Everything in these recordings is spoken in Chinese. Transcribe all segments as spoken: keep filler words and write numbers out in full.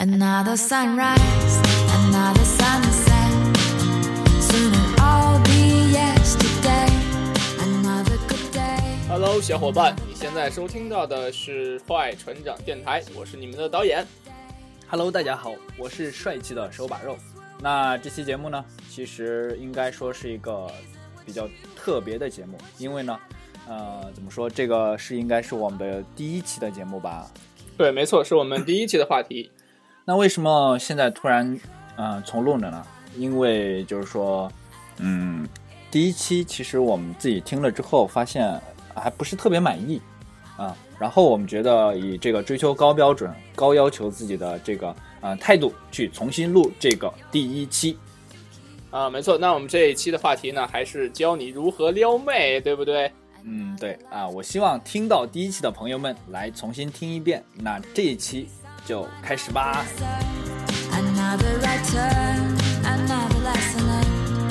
Another sunrise, another sunset. Soon it'll all be yesterday. Another good day. Hello， 小伙伴，你现在收听到的是坏船长电台，我是你们的导演。 Hello， 大家好，我是帅气的手把肉。那这期节目呢，其实应该说是一个比较特别的节目，因为呢，呃，怎么说，这个是应该是我们的第一期的节目吧？ 对，没错，是我们第一期的话题。 那为什么现在突然嗯、呃、重录了呢？因为就是说，嗯，第一期其实我们自己听了之后，发现还不是特别满意啊。然后我们觉得以这个追求高标准、高要求自己的这个呃态度去重新录这个第一期啊，没错。那我们这一期的话题呢，还是教你如何撩妹，对不对？ 嗯，对啊。我希望听到第一期的朋友们来重新听一遍。那这一期就开始吧。 Another right turn, another lesson learned.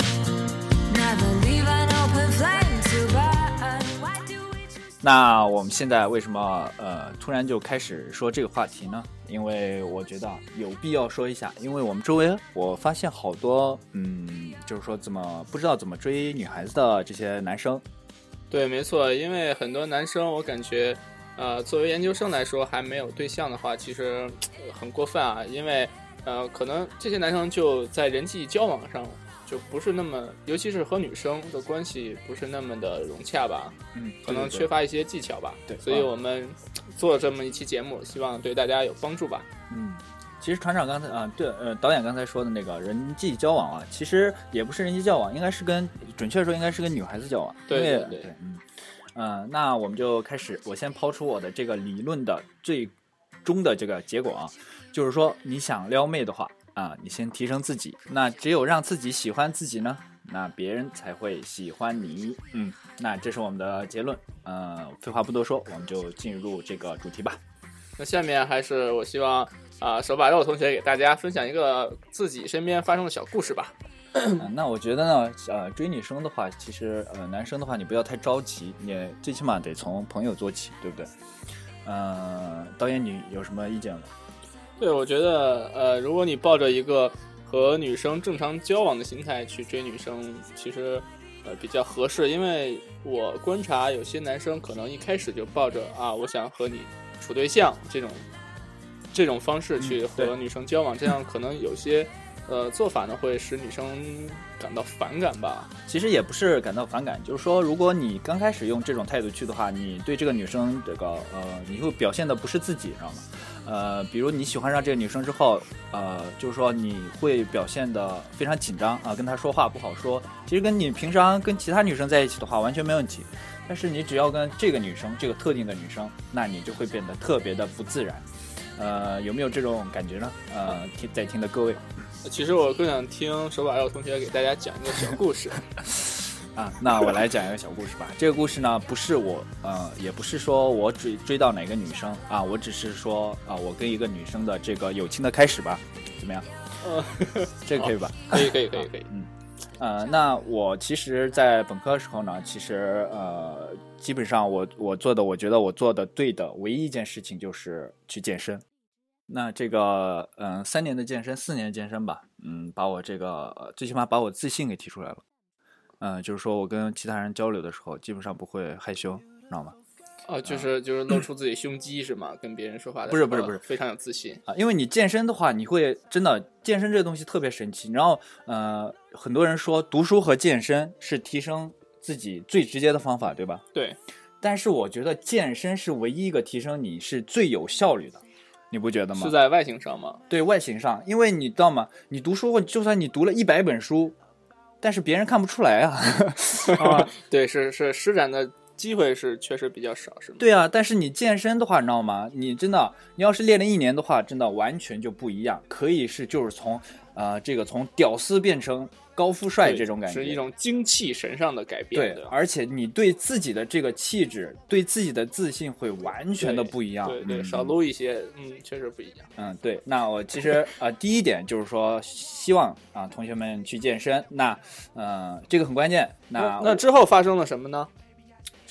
Never leave an open flame to burn. Why do we choose? 那我们现在为什么呃突然就开始说这个话题呢？因为我觉得有必要说一下，因为我们周围我发现好多嗯，就是说怎么不知道怎么追女孩子的这些男生。 对，没错，因为很多男生我感觉呃，作为研究生来说还没有对象的话，其实、呃、很过分啊，因为呃，可能这些男生就在人际交往上就不是那么，尤其是和女生的关系不是那么的融洽吧， 嗯， 可能缺乏一些技巧吧。 对， 所以我们做这么一期节目，希望对大家有帮助吧。 嗯，其实船长刚才啊，对，呃，导演刚才说的那个人际交往啊，其实也不是人际交往，应该是跟准确说应该是跟女孩子交往。 对对对, 对, 对，嗯。呃，那我们就开始，我先抛出我的这个理论的最终的这个结果啊，就是说你想撩妹的话啊，你先提升自己，那只有让自己喜欢自己呢，那别人才会喜欢你。嗯，那这是我们的结论。呃，废话不多说，我们就进入这个主题吧。 那下面还是我希望啊、呃，手把肉同学给大家分享一个自己身边发生的小故事吧。 呃、那我觉得呢，呃，追女生的话，其实呃，男生的话，你不要太着急，你最起码得从朋友做起，对不对？呃，导演你有什么意见吗？ 对，我觉得呃，如果你抱着一个和女生正常交往的心态去追女生，其实呃比较合适，因为我观察有些男生可能一开始就抱着啊，我想和你处对象这种这种方式去和女生交往，嗯、这样可能有些。呃，做法呢会使女生感到反感吧？ 其实也不是感到反感，就是说，如果你刚开始用这种态度去的话，你对这个女生这个呃，你会表现的不是自己，知道吗？呃，比如你喜欢上这个女生之后，呃，就是说你会表现的非常紧张啊、呃，跟她说话不好说。其实跟你平常跟其他女生在一起的话完全没问题，但是你只要跟这个女生，这个特定的女生，那你就会变得特别的不自然。呃，有没有这种感觉呢？呃，听在听的各位。 其实我更想听手把肉同学给大家讲一个小故事啊，那我来讲一个小故事吧。这个故事呢，不是我呃，也不是说我追追到哪个女生啊，我只是说啊，我跟一个女生的这个友情的开始吧，怎么样？ 呃， 这个可以吧？ 可以，可以，可以，可以。 嗯，呃，那我其实，在本科的时候呢，其实呃，基本上我我做的，我觉得我做的对的唯一一件事情就是去健身。那这个嗯、呃，三年的健身，四年的健身吧，嗯，把我这个最起码把我自信给提出来了。嗯、呃，就是说我跟其他人交流的时候，基本上不会害羞，知道吗？ 哦，就是、呃、就是露出自己胸肌是吗？跟别人说话的不是不是不是非常有自信啊，因为你健身的话，你会真的健身这个东西特别神奇。然后呃，很多人说读书和健身是提升自己最直接的方法，对吧？ 对。 但是我觉得健身是唯一一个提升你是最有效率的。你不觉得吗？ 是在外形上吗？ 对，外形上，因为你知道吗？你读书，就算你读了一百本书，但是别人看不出来啊。 啊对，是是施展的机会是确实比较少，是吗？ 对啊，但是你健身的话，你知道吗？你真的，你要是练了一年的话，真的完全就不一样，可以是就是从呃这个从屌丝变成高富帅这种感觉， 是一种精气神上的改变。 对，而且你对自己的这个气质，对自己的自信会完全的不一样。 对 对, 对、嗯，少撸一些，嗯，确实不一样。 嗯，对。那我其实呃，第一点就是说，希望啊同学们去健身。那呃，这个很关键。那那之后发生了什么呢？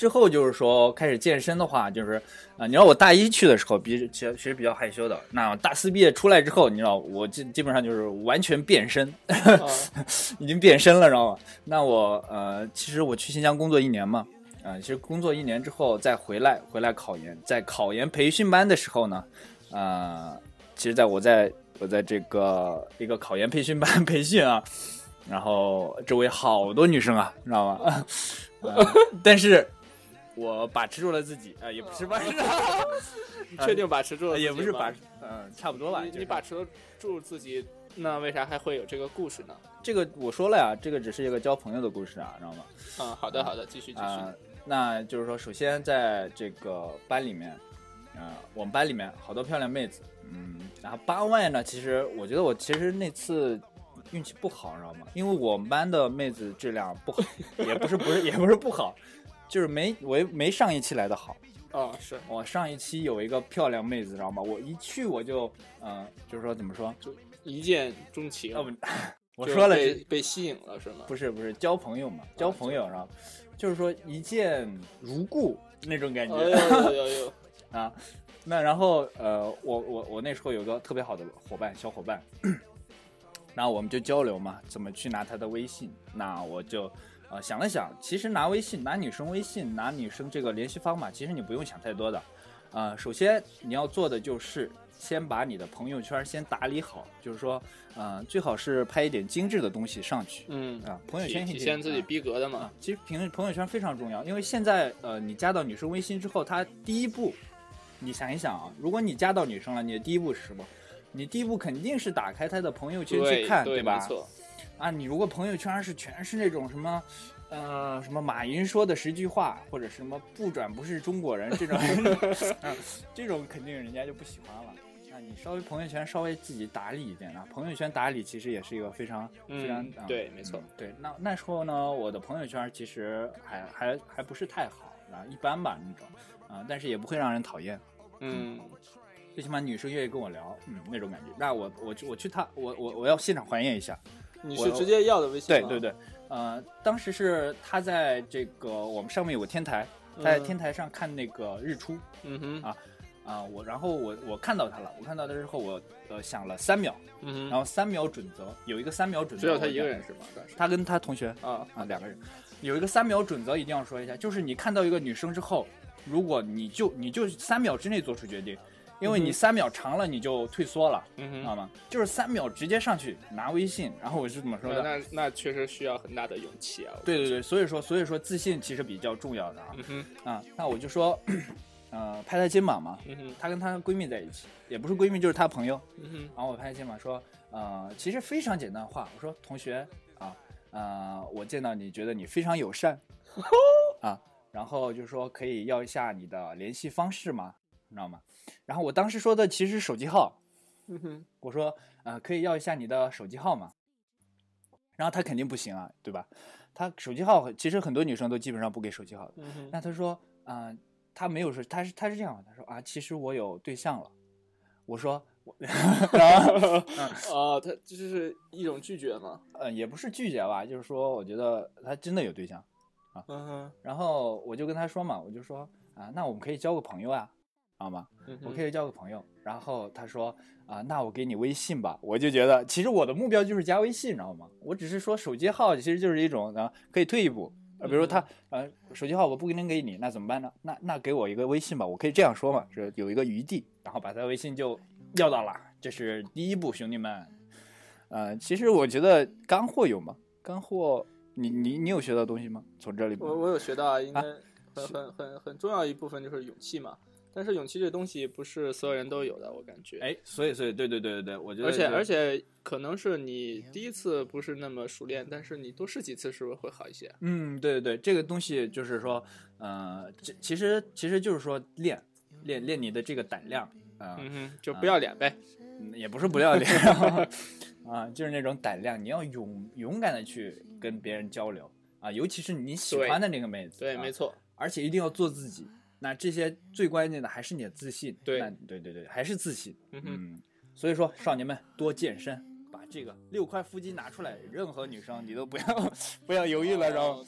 之后就是说开始健身的话，就是啊、呃，你知道我大一去的时候，比其实其实比较害羞的。那大四毕业出来之后，你知道我基基本上就是完全变身， 啊、 已经变身了，知道吗？那我呃，其实我去新疆工作一年嘛，啊、呃，其实工作一年之后再回来，回来考研，在考研培训班的时候呢，啊、呃，其实在我在我在这个一个考研培训班培训啊。然后周围好多女生啊，你知道吗？呃、但是我把持住了自己啊、呃，也不是把持， 你确定把持住了、呃？ 也不是把，嗯、呃，差不多吧。 你、就是、你把持住自己，那为啥还会有这个故事呢？ 这个我说了呀，这个只是一个交朋友的故事啊，知道吗？ 嗯，好的好的，继续继续、 呃。那就是说，首先在这个班里面，呃，我们班里面好多漂亮妹子，嗯，然后班外呢，其实我觉得我其实那次。运气不好，知道吗？因为我们班的妹子质量不好，也不是不是也不是不好，就是没我没上一期来的好。 哦，是我上一期有一个漂亮妹子，知道吗？我一去我就，嗯、呃，就是说怎么说， 就一见钟情。 哦不，我说了被被吸引了是吗？ 不是不是，交朋友嘛，交朋友，然后、啊、就是说一见如故那种感觉。 哎呦呦呦呦啊，那然后呃，我我我那时候有个特别好的伙伴，小伙伴。然后我们就交流嘛，怎么去拿他的微信？那我就，呃，想了想，其实拿微信，拿女生微信，拿女生这个联系方法，其实你不用想太多的，呃，首先你要做的就是先把你的朋友圈先打理好，就是说，呃，最好是拍一点精致的东西上去， 嗯啊，朋友圈体现自己逼格的嘛。 啊、其实朋朋友圈非常重要，因为现在呃，你加到女生微信之后，她第一步，你想一想啊，如果你加到女生了，你的第一步是什么？你第一步肯定是打开他的朋友圈去看， 对, 对吧？ 没错。 啊，你如果朋友圈是全是那种什么，呃，什么马云说的十句话，或者什么不转不是中国人这种，啊，这种肯定人家就不喜欢了。那你稍微朋友圈稍微自己打理一点啊，朋友圈打理其实也是一个非常、 嗯、 非常、 嗯、对，没错。 对，那那时候呢，我的朋友圈其实还还还不是太好啊，一般吧那种啊，但是也不会让人讨厌。 嗯。 最起码女生愿意跟我聊，嗯，那种感觉。那我我我去他，我我我要现场还原一下。 你是直接要的微信吗？ 对对对，呃，当时是他在这个我们上面有个天台，他在天台上看那个日出。 嗯哼。 啊啊，我然后我我看到他了，我看到他之后，我呃想了三秒， 嗯哼， 然后三秒准则有一个三秒准则， 只有他一个人是吗？ 他跟他同学啊啊两个人，有一个三秒准则一定要说一下，就是你看到一个女生之后，如果你就你就三秒之内做出决定。因为你三秒长了，你就退缩了， 嗯哼， 知道吗？就是三秒直接上去拿微信，然后我是怎么说的？ 那那确实需要很大的勇气啊。 对对对，所以说所以说自信其实比较重要的啊。 嗯哼， 啊，那我就说，呃，拍她肩膀嘛。 嗯哼， 她跟她闺蜜在一起，也不是闺蜜就是她朋友。 嗯哼， 然后我拍她肩膀说，呃，其实非常简单的话，我说同学啊，呃，我见到你觉得你非常友善，啊，然后就说可以要一下你的联系方式吗？你知道吗？然后我当时说的其实是手机号， 嗯哼， 我说呃可以要一下你的手机号吗？然后他肯定不行啊，对吧？他手机号其实很多女生都基本上不给手机号的。 嗯哼， 那他说啊、呃，他没有说，他是他是这样的，他说啊，其实我有对象了。我说我，然后嗯、哦，他这是一种拒绝吗？ 呃，也不是拒绝吧，就是说我觉得他真的有对象啊。 嗯哼， 然后我就跟他说嘛，我就说啊，那我们可以交个朋友啊。知道吗？我可以交个朋友。然后他说啊、呃，那我给你微信吧。我就觉得其实我的目标就是加微信，知道吗？我只是说手机号其实就是一种呢，可以退一步。呃，比如说他呃手机号我不能给你，那怎么办呢？那那给我一个微信吧，我可以这样说嘛，是有一个余地，然后把他微信就要到了，这是第一步，兄弟们。呃，其实我觉得干货有吗？干货，你你你有学到东西吗？从这里面？ 我我有学到，应该很、啊、很很很重要一部分就是勇气嘛。但是勇气这东西不是所有人都有的，我感觉。 哎，所以所以对对对对对，我觉得。 而且而且可能是你第一次不是那么熟练，但是你多试几次是不是会好一些？ 嗯，对对对，这个东西就是说，呃，这其实其实就是说练练练你的这个胆量啊、呃， 嗯哼，就不要脸呗。 嗯，也不是不要脸啊，就是那种胆量，你要勇勇敢的去跟别人交流啊，尤其是你喜欢的那个妹子。 对，对啊、 没错。 而且一定要做自己。那这些最关键的还是你的自信， 对， 那对对对，还是自信。 嗯, 嗯，所以说少年们多健身，把这个六块腹肌拿出来，任何女生你都不要不要犹豫了，然后、 哦、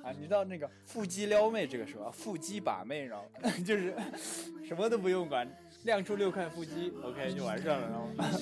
啊，你知道那个腹肌撩妹这个时候啊，腹肌把妹，知道吗？就是什么都不用管，亮出六块腹肌 ，OK 就完事儿了，知道吗？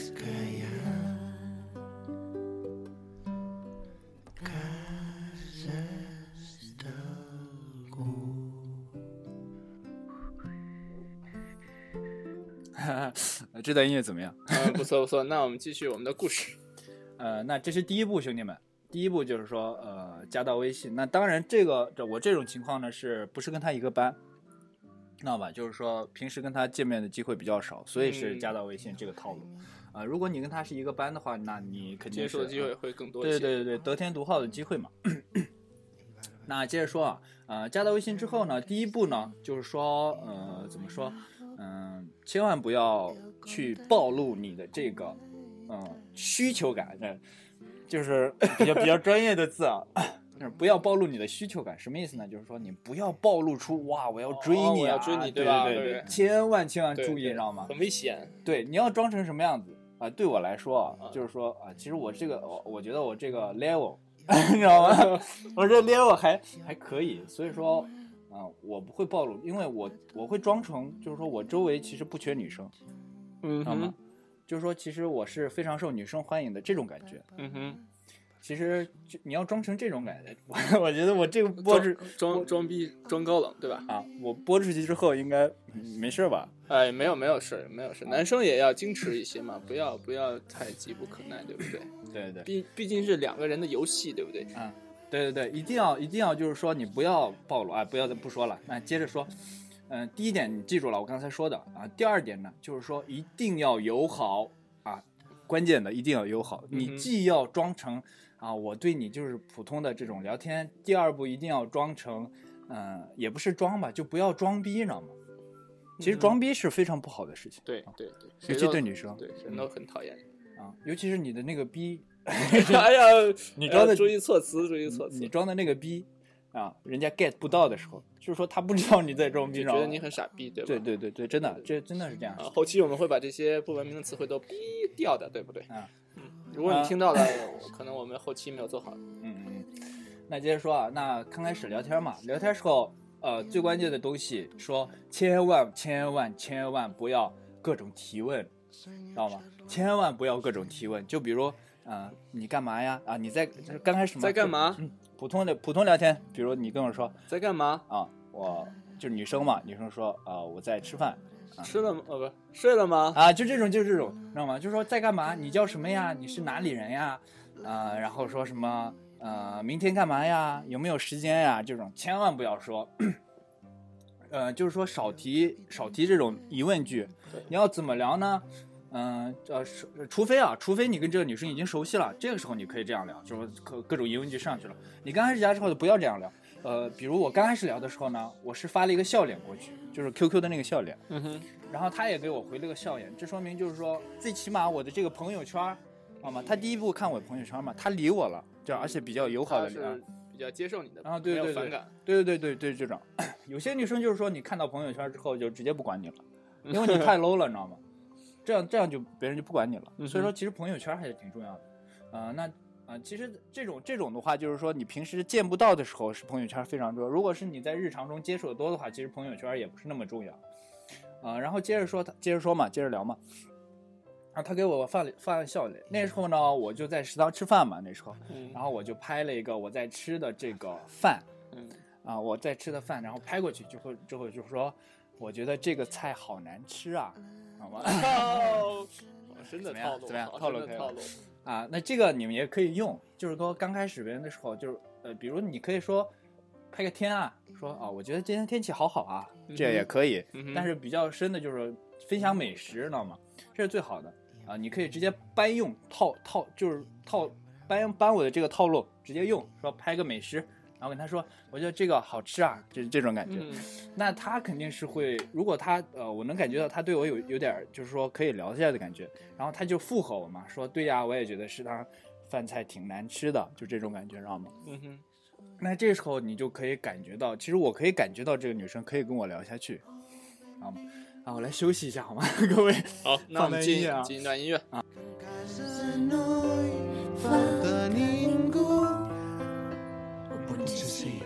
这段音乐怎么样？ 嗯，不错不错。那我们继续我们的故事。 呃，那这是第一步，兄弟们。第一步就是说，呃，加到微信。那当然，这个这我这种情况呢，是不是跟他一个班？知道吧？就是说，平时跟他见面的机会比较少，所以是加到微信这个套路。啊、呃，如果你跟他是一个班的话，那你肯定接触的机会会更多一些。 些。 对对对对，得天独厚的机会嘛。那接着说啊，呃，加到微信之后呢，第一步呢，就是说，呃，怎么说？嗯、呃，千万不要去暴露你的这个，嗯、呃，需求感。这就是比较比较专业的字啊，就是不要暴露你的需求感。什么意思呢？就是说你不要暴露出哇，我要追你啊， 哦、我要追你， 对吧？ 对对, 对, 对，千万千万注意， 对对知道吗？ 很危险。 对，你要装成什么样子啊？对我来说啊，就是说啊，其实我这个，我我觉得我这个 level， 你知道吗？我这 level 还还可以，所以说啊，我不会暴露，因为我我会装成，就是说我周围其实不缺女生， 嗯， 知道吗？就是说，其实我是非常受女生欢迎的这种感觉。 嗯哼， 其实你要装成这种感觉，我我觉得我这个播出装装逼装高冷，对吧？ 啊，我播出去之后应该、嗯、没事吧？ 哎，没有没有事，没有事。男生也要矜持一些嘛，不要不要太急不可耐，对不对？ 对对， 毕毕竟是两个人的游戏，对不对？ 啊，对对对，一定要一定要就是说你不要暴露啊，不要再不说了，那接着说。嗯、呃，第一点你记住了，我刚才说的啊。第二点呢，就是说一定要友好啊，关键的一定要友好。你既要装成啊，我对你就是普通的这种聊天。第二步一定要装成，嗯、呃，也不是装吧，就不要装逼，你知道吗？其实装逼是非常不好的事情。 对对对， 尤其对女生， 对人都很讨厌啊，尤其是你的那个逼。 哎呀， 你装的注意措辞，注意措辞。 你装的那个逼。啊，人家 get 不到的时候，就是说他不知道你在装逼， 觉得你很傻逼，对吧？ 对对对对，真的，这真的是这样。 啊，后期我们会把这些不文明的词汇都逼掉的，对不对？ 啊， 嗯，如果你听到了，啊、可能我们后期没有做好。 嗯嗯。那接着说啊，那刚开始聊天嘛，聊天时候，呃，最关键的东西说，千万千万千万不要各种提问，知道吗？千万不要各种提问，就比如。啊、呃，你干嘛呀？啊，你在刚开始在干嘛？ 嗯，普通的普通聊天，比如你跟我说在干嘛啊，我就是女生嘛，女生说啊、呃，我在吃饭， 啊、吃了吗？哦不，睡了吗？ 啊，就这种就是这种，知道吗？就说在干嘛？你叫什么呀？你是哪里人呀？啊、呃，然后说什么呃，明天干嘛呀？有没有时间呀？这种千万不要说，呃，就是说少提少提这种疑问句。你要怎么聊呢？嗯呃，除非啊，除非你跟这个女生已经熟悉了，这个时候你可以这样聊，就是各各种疑问句上去了。你刚开始加之后就不要这样聊。呃，比如我刚开始聊的时候呢，我是发了一个笑脸过去，就是 Q Q 的那个笑脸， 嗯哼， 然后他也给我回了个笑脸，这说明就是说，最起码我的这个朋友圈，好吗？他第一步看我朋友圈嘛，他理我了，这而且比较友好的聊， 比较接受你的， 啊，对对对， 没有反感， 对对对对对，这种有些女生就是说，你看到朋友圈之后就直接不管你了，因为你太 low 了，你知道吗？这样这样就别人就不管你了， 嗯、 所以说其实朋友圈还是挺重要的，呃，那啊、呃，其实这种这种的话，就是说你平时见不到的时候是朋友圈非常重要，如果是你在日常中接触的多的话，其实朋友圈也不是那么重要，啊、呃，然后接着说，接着说嘛，接着聊嘛，然后他给我发发笑脸，那时候呢我就在食堂吃饭嘛，那时候， 嗯、然后我就拍了一个我在吃的这个饭， 嗯， 啊，我在吃的饭，然后拍过去之后之后就说，我觉得这个菜好难吃啊。好吗？ 哦，真的套路， 怎么样？套路可以套路啊！那这个你们也可以用，就是说刚开始别人的时候，就是呃，比如你可以说拍个天啊，说啊，我觉得今天天气好好啊，这也可以。 嗯、 但是比较深的就是分享美食，知道吗？这是最好的啊！你可以直接搬用套套，就是套搬搬我的这个套路，直接用，说拍个美食。然后跟他说，我觉得这个好吃啊，就是这种感觉。 嗯、 那他肯定是会，如果他呃，我能感觉到他对我有有点，就是说可以聊一下的感觉。然后他就附和我嘛，说对呀，我也觉得食堂饭菜挺难吃的，就这种感觉，知道吗？ 嗯哼。 那这时候你就可以感觉到，其实我可以感觉到这个女生可以跟我聊下去，好吗？啊，我来休息一下好吗，各位？ 好，那我们进进一段音乐啊。 Want to see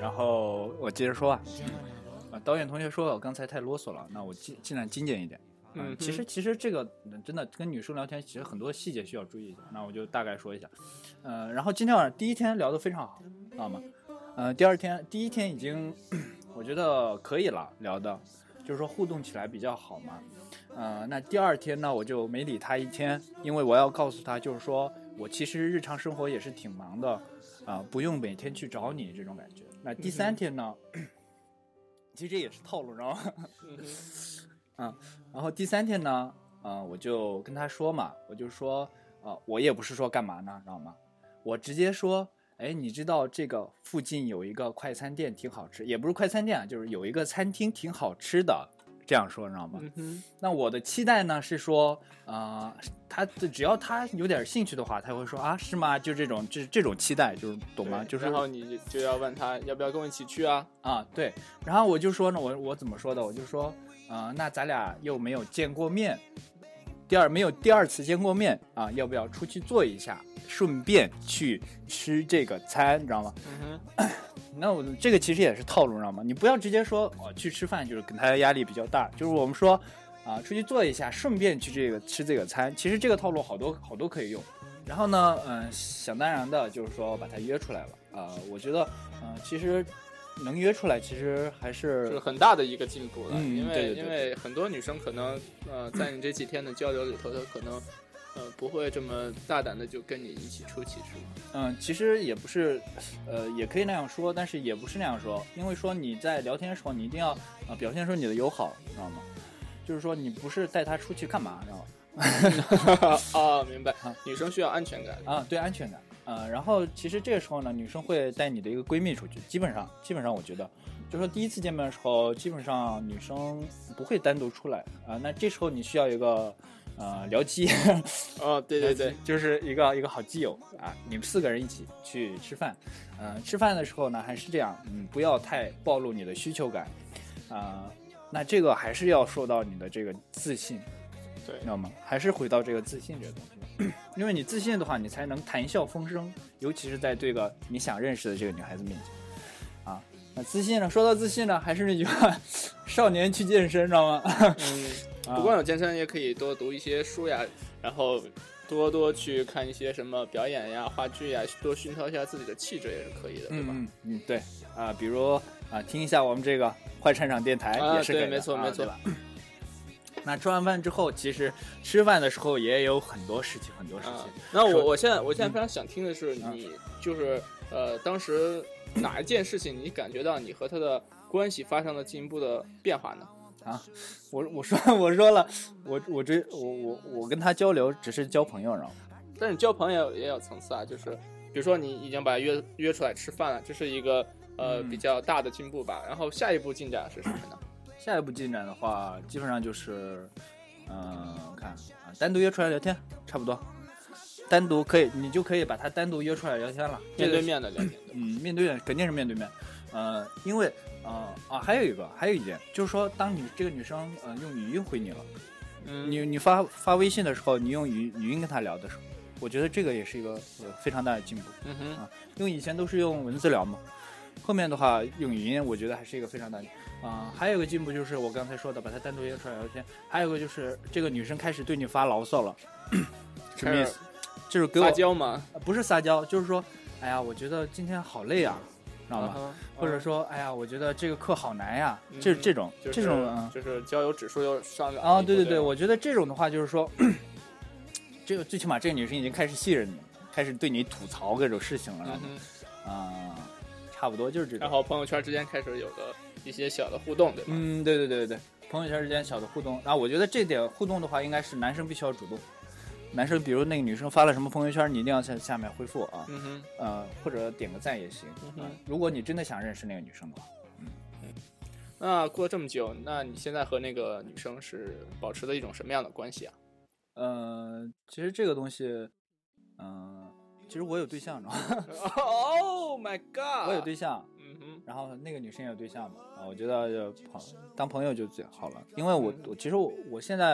然后我接着说啊，啊，导演同学说我刚才太啰嗦了，那我尽尽量精简一点。嗯，其实其实这个真的跟女生聊天，其实很多细节需要注意一下。那我就大概说一下。呃，然后今天晚上第一天聊得非常好，知道吗？呃，第二天第一天已经我觉得可以了，聊的就是说互动起来比较好嘛。呃，那第二天呢，我就没理他一天，因为我要告诉他，就是说我其实日常生活也是挺忙的，啊、呃，不用每天去找你这种感觉。那第三天呢，嗯、其实这也是套路，知道吗？嗯，然后第三天呢，呃，我就跟他说嘛，我就说，呃，我也不是说干嘛呢，知道吗？我直接说，哎，你知道这个附近有一个快餐店挺好吃，也不是快餐店啊，就是有一个餐厅挺好吃的，这样说，知道吗？嗯、那我的期待呢是说，呃，他只要他有点兴趣的话，他会说啊，是吗？就这种这这种期待，就是懂吗？就是然后你就要问他要不要跟我一起去啊？ 啊，对，然后我就说呢，我我怎么说的？我就说。啊、呃，那咱俩又没有见过面，第二没有第二次见过面啊，要不要出去坐一下，顺便去吃这个餐，你知道吗？嗯哼，那我这个其实也是套路，知道吗？你不要直接说哦去吃饭，就是跟他压力比较大，就是我们说啊、呃、出去坐一下，顺便去这个吃这个餐，其实这个套路好多好多可以用。然后呢，嗯、呃，想当然的就是说把他约出来了啊、呃，我觉得嗯、呃，其实。能约出来其实还是是很大的一个进步了， 嗯、 因为对对对因为很多女生可能呃在你这几天的交流里头，她可能呃不会这么大胆的就跟你一起出去是吗？ 嗯，其实也不是，呃，也可以那样说，但是也不是那样说，因为说你在聊天的时候，你一定要啊、呃、表现出你的友好，知道吗？就是说你不是带她出去干嘛，知道吗？ 啊，明白。女生需要安全感啊，对，安全感。呃，然后其实这个时候呢，女生会带你的一个闺蜜出去，基本上，基本上我觉得，就说第一次见面的时候，基本上女生不会单独出来啊、呃。那这时候你需要一个呃聊基， 哦，对对对， 就是一个一个好基友啊，你们四个人一起去吃饭，呃，吃饭的时候呢还是这样，嗯，不要太暴露你的需求感，啊、呃，那这个还是要说到你的这个自信。 对， 知道吗？还是回到这个自信这个东西，因为你自信的话，你才能谈笑风生，尤其是在这个你想认识的这个女孩子面前，啊，那自信呢？说到自信呢，还是那句话，少年去健身，知道吗？ 嗯，不光有健身，也可以多读一些书呀，然后多多去看一些什么表演呀、话剧呀，多熏陶一下自己的气质也是可以的，对吧？ 嗯嗯，对啊，比如啊，听一下我们这个坏串场电台、 啊、 也是可以的， 对，没错、啊、没错。 那吃完饭之后，其实吃饭的时候也有很多事情，很多事情。啊、 那我我现在我现在非常想听的是，你就是、嗯、呃，当时哪一件事情你感觉到你和他的关系发生了进一步的变化呢？ 啊，我我说我说了，我我这我我我跟他交流只是交朋友，然后， 但是交朋友也有层次啊，就是比如说你已经把他约约出来吃饭了，这是一个呃、嗯、比较大的进步吧。然后下一步进展是什么呢？ 下一步进展的话，基本上就是，嗯、呃，我看啊，单独约出来聊天，差不多，单独可以，你就可以把他单独约出来聊天了， 面对面的聊天。 嗯，面对面肯定是面对面，呃，因为呃啊，还有一个，还有一点就是说，当你这个女生呃用语音回你了，嗯，你你发发微信的时候，你用语语音跟她聊的时候，我觉得这个也是一个、呃、非常大的进步， 嗯哼啊，因为以前都是用文字聊嘛。后面的话用语音，我觉得还是一个非常大的啊、呃。还有一个进步就是我刚才说的，把它单独约出来聊天。还有一个就是这个女生开始对你发牢骚了，什么意思？就是给我撒娇吗？ 不是撒娇，就是说，哎呀，我觉得今天好累啊，知道吗？ uh-huh, 或者说，哎呀，我觉得这个课好难呀，嗯、这这种、 就是、 这种、嗯、 就是交友指数又上涨啊。对对对，我觉得这种的话就是说，这个最起码这个女生已经开始信任你，开始对你吐槽各种事情了，啊、嗯。呃差不多就是这种， 然后朋友圈之间开始有个一些小的互动，对吧？ 嗯，对对对对对，朋友圈之间小的互动。然后我觉得这点互动的话，应该是男生必须要主动。男生比如那个女生发了什么朋友圈，你一定要在下面回复啊， 嗯哼， 呃，或者点个赞也行。 嗯哼， 呃、如果你真的想认识那个女生的话，嗯嗯。那过了这么久，那你现在和那个女生是保持的一种什么样的关系啊？ 呃，其实这个东西，嗯、呃。其实我有对象，你知道吗 ？Oh my god！ 我有对象， 嗯哼， 然后那个女生也有对象嘛，啊，我觉得就朋当朋友就最好了，因为我我其实我我现在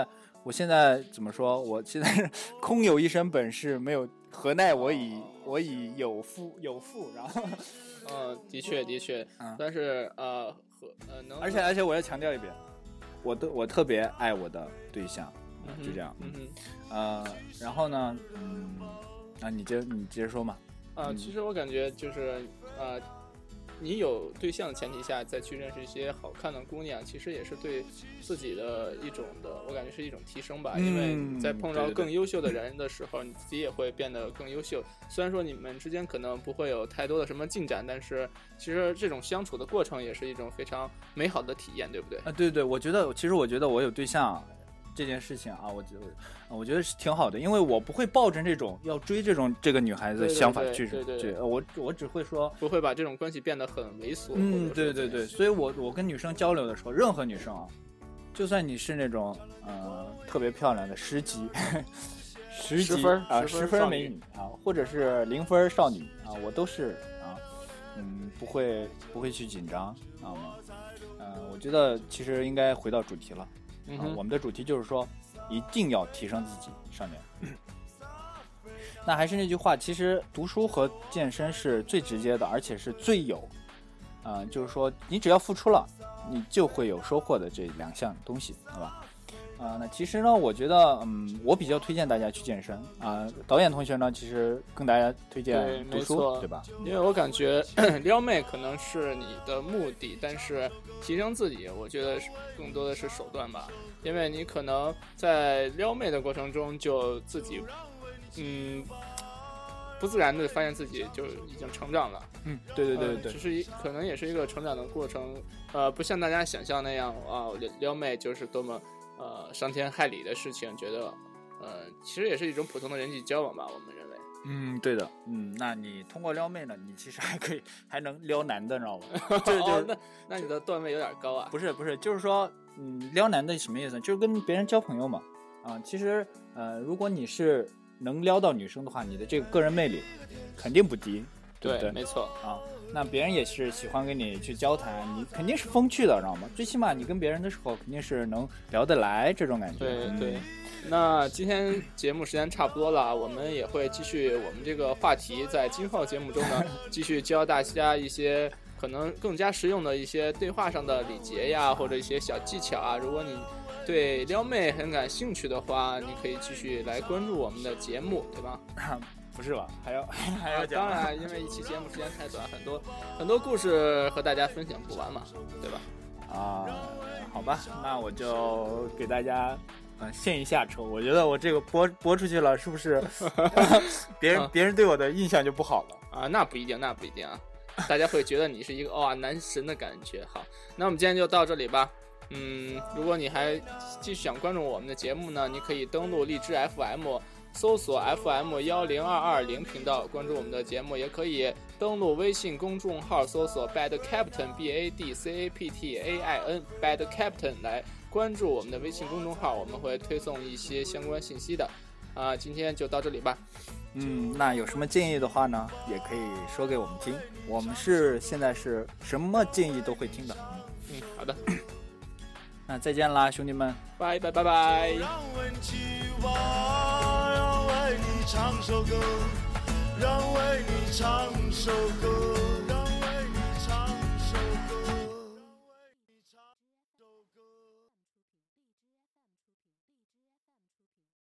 我现在怎么说？我现在是空有一身本事，没有何奈我以我以有富有富，然后， 嗯，的确的确， 嗯、 但是呃和呃能， 而且而且我要强调一遍，我都我特别爱我的对象， 嗯、 就这样， 嗯哼， 呃，然后呢，嗯，啊，你接你接着说嘛。 啊、呃， 嗯、 其实我感觉就是呃。你有对象的前提下再去认识一些好看的姑娘，其实也是对自己的一种的，我感觉是一种提升吧。 嗯、 因为在碰到更优秀的人的时候， 对对对， 你自己也会变得更优秀。虽然说你们之间可能不会有太多的什么进展，但是其实这种相处的过程也是一种非常美好的体验，对不对？ 啊，对对，我觉得其实我觉得我有对象这件事情啊，我觉得我觉得是挺好的，因为我不会抱着这种要追这种这个女孩子的想法去对对对去，我我只会说不会把这种关系变得很猥琐。 嗯，对对对，所以我我跟女生交流的时候，任何女生啊，就算你是那种呃特别漂亮的十级十级分啊十分美女啊，或者是零分少女啊，我都是啊嗯不会不会去紧张啊嘛，嗯、呃，我觉得其实应该回到主题了。 嗯、 啊，我们的主题就是说，一定要提升自己。上面，那还是那句话，其实读书和健身是最直接的，而且是最有，啊、呃，就是说你只要付出了，你就会有收获的这两项东西，好吧？啊、呃，那其实呢，我觉得，嗯，我比较推荐大家去健身啊、呃。导演同学呢，其实跟大家推荐读书， 对, 对吧？ 因为我感觉撩妹可能是你的目的，但是提升自己，我觉得更多的是手段吧。因为你可能在撩妹的过程中，就自己，嗯，不自然的发现自己就已经成长了。 嗯，对对对对对， 只是一可能也是一个成长的过程。呃，不像大家想象那样啊，撩妹就是多么。呃，伤天害理的事情，觉得，呃，其实也是一种普通的人际交往吧，我们认为。 嗯，对的，嗯，那你通过撩妹呢，你其实还可以还能撩男的，知道吗？ 对对、哦，那那你的段位有点高啊。 不是不是，就是说，嗯，撩男的什么意思？就是跟别人交朋友嘛。啊，其实，呃，如果你是能撩到女生的话，你的这个个人魅力肯定不低，对不对？ 对，没错啊。那别人也是喜欢跟你去交谈，你肯定是风趣的，知道吗？最起码你跟别人的时候肯定是能聊得来，这种感觉。 对对。 嗯、 那今天节目时间差不多了，我们也会继续我们这个话题，在今后节目中呢，继续教大家一些可能更加实用的一些对话上的礼节呀，或者一些小技巧啊。如果你对撩妹很感兴趣的话，你可以继续来关注我们的节目，对吧？ 不是吧？还要还要讲？ 当然，因为一期节目时间太短，很多很多故事和大家分享不完嘛，对吧？ 啊，好吧，那我就给大家嗯献一下丑。我觉得我这个播播出去了，是不是别人、啊、别人对我的印象就不好了啊？那不一定，那不一定啊，大家会觉得你是一个哇、哦、男神的感觉。好，那我们今天就到这里吧。嗯，如果你还继续想关注我们的节目呢，你可以登录荔枝 F M。搜索 F M 一零二二零频道关注我们的节目，也可以登录微信公众号搜索 Bad Captain B A D C A P T A I N Bad Captain 来关注我们的微信公众号，我们会推送一些相关信息的。啊，今天就到这里吧。 嗯，那有什么建议的话呢，也可以说给我们听，我们是现在是什么建议都会听的。 嗯，好的。 那再见啦，兄弟们， 拜拜拜拜。 唱首歌，让为你唱首歌。